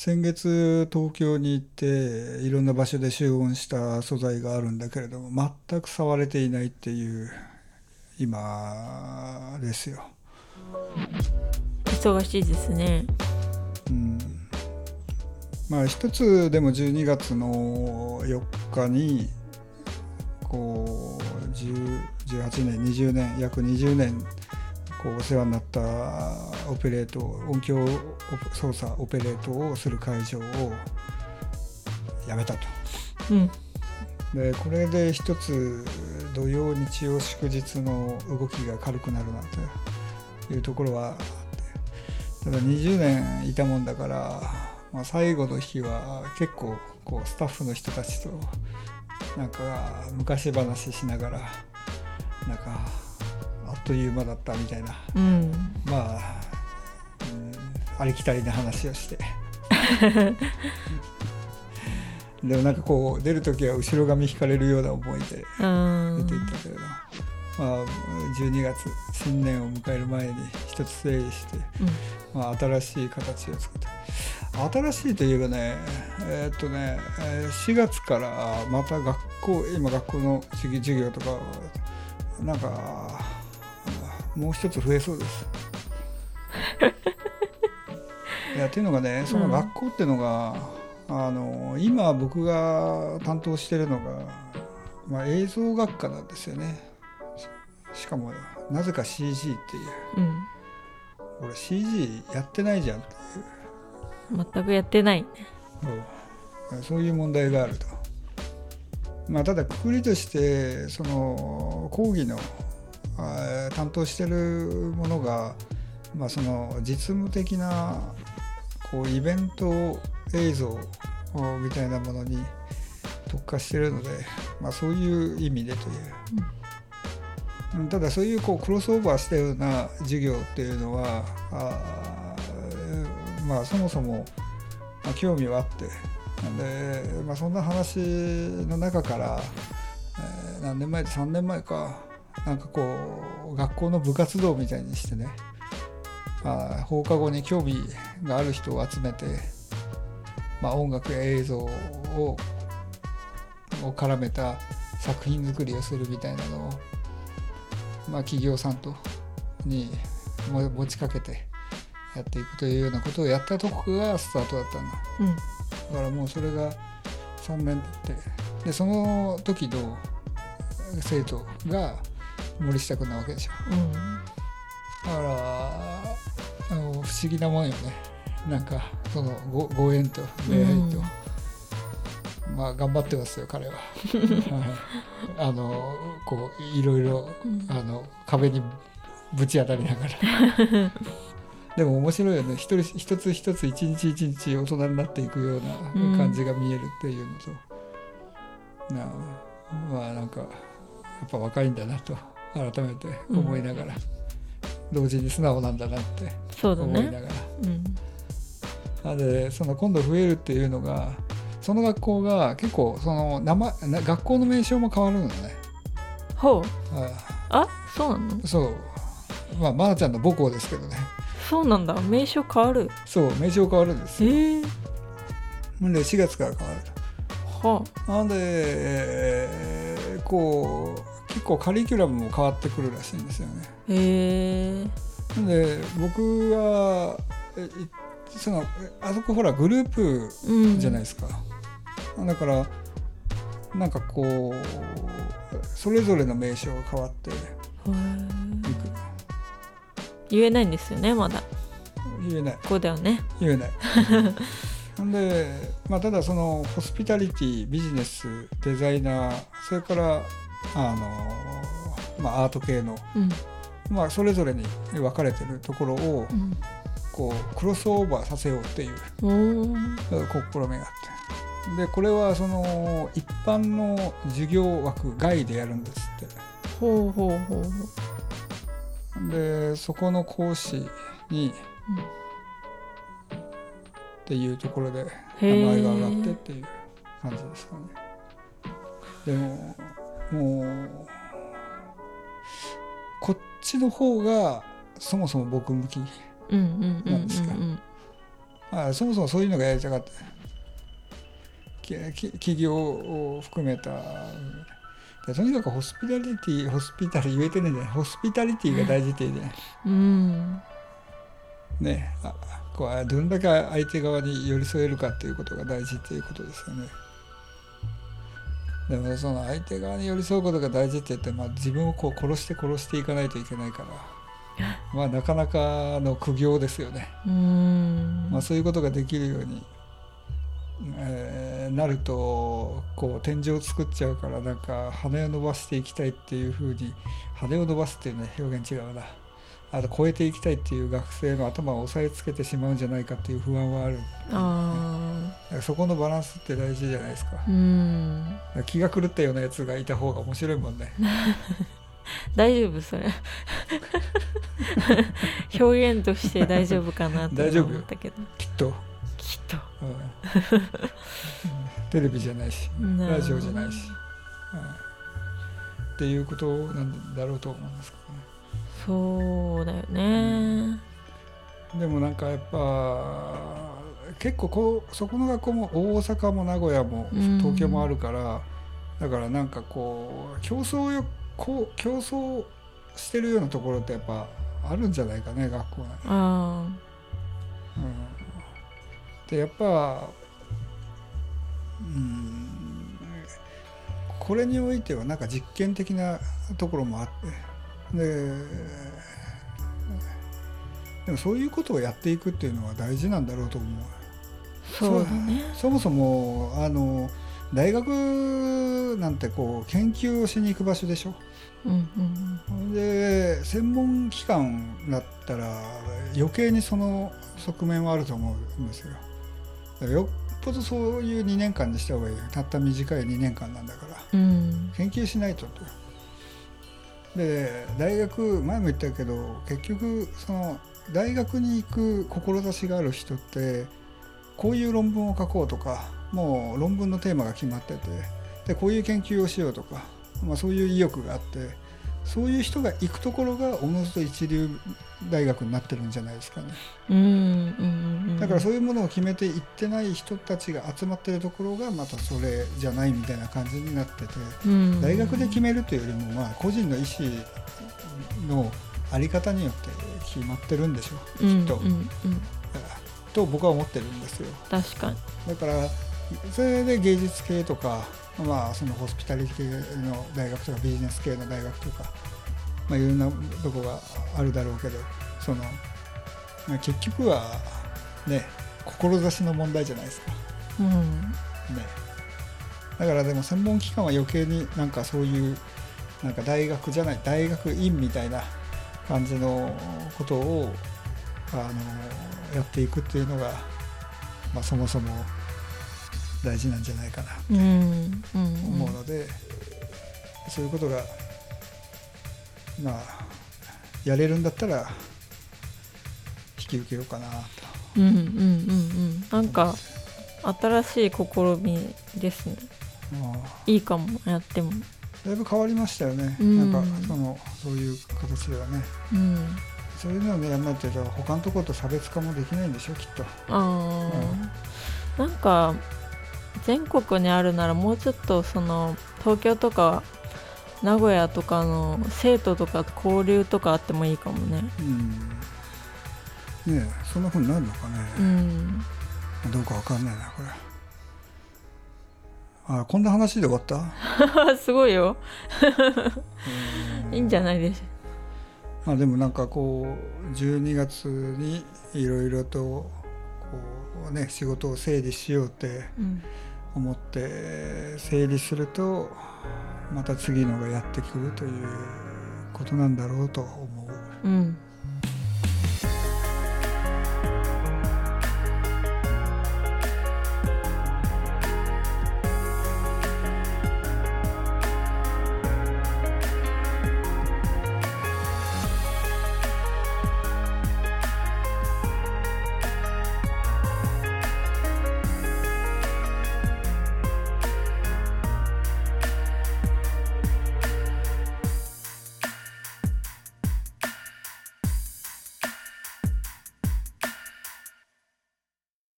先月東京に行っていろんな場所で集音した素材があるんだけれども全く触れていないっていう今ですよ。 忙しいですね。 うん、まあ一つでも12月の4日にこう18年20年約20年こうお世話になったオペレート音響操作オペレートをする会場を辞めたと、 うん、 でこれで一つ土曜日曜祝日の動きが軽くなるなというところはあって、ただ20年いたもんだから、まあ、最後の日は結構こうスタッフの人たちとなんか昔話しながらなんかあっという間だったみたいな、 うん、 まあ、ありきたりな話をしてでもなんかこう出るときは後ろ髪引かれるような思いで出ていったけれど、まあ、12月新年を迎える前に一つ整理して、まあ、新しい形を作って新しいといえばね4月からまた今学校の授業とかなんかもう一つ増えそうですいやっていうのがね、その学校っていうのが、今僕が担当してるのが、まあ、映像学科なんですよね。しかもなぜか CG っていう、俺 CG やってないじゃんっていう全くやってない、 そういう問題があると。まあ、ただくくりとしてその講義の担当してるものが、まあ、その実務的なこうイベント映像みたいなものに特化しているので、まあ、そういう意味でという、ただそういうこうクロスオーバーしたような授業っていうのはまあ、そもそも興味はあってで、まあ、そんな話の中から、何年前で3年前かなんかこう学校の部活動みたいにしてね、放課後に興味がある人を集めて、まあ、音楽や映像を絡めた作品作りをするみたいなのを、まあ、企業さんに持ちかけてやっていくというようなことをやったとこがスタートだったんだ、だからもうそれが3年経ってでその時の生徒が森下君なわけでしょ、だから不思議なもんよね。なんかそのご縁と出会いと、まあ頑張ってますよ彼はこういろいろ壁にぶち当たりながらでも面白いよね。一つ一つ一日一日大人になっていくような感じが見えるっていうのと、まあなんかやっぱ若いんだなと改めて思いながら、同時に素直なんだなって思いながら、でその今度増えるっていうのがその学校が結構その学校の名称も変わるのね。 ほう。そうなの？ そう。まあーちゃんの母校ですけどね。 そうなんだ。名称変わる。 そう、名称変わるんですよ。で4月から変わると。なので、こう結構カリキュラムも変わってくるらしいんですよね。で僕はあそこほらグループじゃないですか、だからなんかこうそれぞれの名称が変わっていく。 言えないんですよねまだ。 言えない。 こうだよね。 言えないで、まあ、ただそのホスピタリティビジネスデザイナーそれからまあ、アート系の、まあ、それぞれに分かれてるところを、こうクロスオーバーさせようっていう試みがあって、でこれはその一般の授業枠外でやるんですって。でそこの講師に、っていうところで名前が上がってっていう感じですかね。でももうこっちの方がそもそも僕向きなんですか。 そもそもそういうのがやりたかった。企業を含めたで、とにかくホスピタリ言えてねえね、ホスピタリティが大事って言うね。ね、こうどんだけ相手側に寄り添えるかっていうことが大事っていうことですよね。でもその相手側に寄り添うことが大事って言って、自分をこう殺していかないといけないから、なかなかの苦行ですよね。そういうことができるように、なるとこう天井を作っちゃうから、なんか羽を伸ばしていきたいっていうふうに、羽を伸ばすっていうね表現違うな、あと超えていきたいっていう学生の頭を押さえつけてしまうんじゃないかっていう不安はある、ね、そこのバランスって大事じゃないですか。気が狂ったようなやつがいた方が面白いもんね。 大丈夫それ表現として大丈夫かなと思ったけど。 きっと、テレビじゃないしラジオじゃないし、っていうことなんだろうと思いますけどね。 そうだよね、 でもなんかやっぱ結構そこの学校も大阪も名古屋も東京もあるから、だからなんかこう競争してるようなところってやっぱあるんじゃないかね、学校内。でやっぱこれにおいてはなんか実験的なところもあって、でもそういうことをやっていくっていうのは大事なんだろうと思う。 そうだね。 そもそも大学なんてこう研究をしに行く場所でしょ。で専門機関だったら余計にその側面はあると思うんですよ。よっぽどそういう2年間にした方がいいよ。たった短い2年間なんだから、研究しないと。で大学前も言ったけど、結局その大学に行く志がある人ってこういう論文を書こうとか、もう論文のテーマが決まってて、でこういう研究をしようとか、そういう意欲があって、そういう人が行くところがおのずと一流大学になってるんじゃないですかね。だからそういうものを決めて行ってない人たちが集まってるところがまたそれじゃないみたいな感じになってて、大学で決めるというよりも個人の意思のあり方によって決まってるんでしょう、きっと、と僕は思ってるんですよ。 確かに。 だからそれで芸術系とか、そのホスピタリティの大学とかビジネス系の大学とか、いろんなとこがあるだろうけど、その結局はね、志の問題じゃないですか、だからでも専門機関は余計になんかそういうなんか大学じゃない大学院みたいな感じのことをやっていくっていうのが、そもそも大事なんじゃないかなって思うので、そういうことがやれるんだったら引き受けようかなと。 なんか新しい試みですね。いいかも、やってもだいぶ変わりましたよね、なんかそういう形ではね、そういうのをねやんないと他のところと差別化もできないんでしょ、きっと。 なんか全国にあるならもうちょっとその東京とか名古屋とかの生徒とか交流とかあってもいいかもね。 ねえ、そんな風になるのかね、どうかわかんないなこれ。こんな話で終わったすごいよいいんじゃないでしょう。 でもなんかこう12月にいろいろとこう、ね、仕事を整理しようって思って整理すると、また次のがやってくるということなんだろうと思う。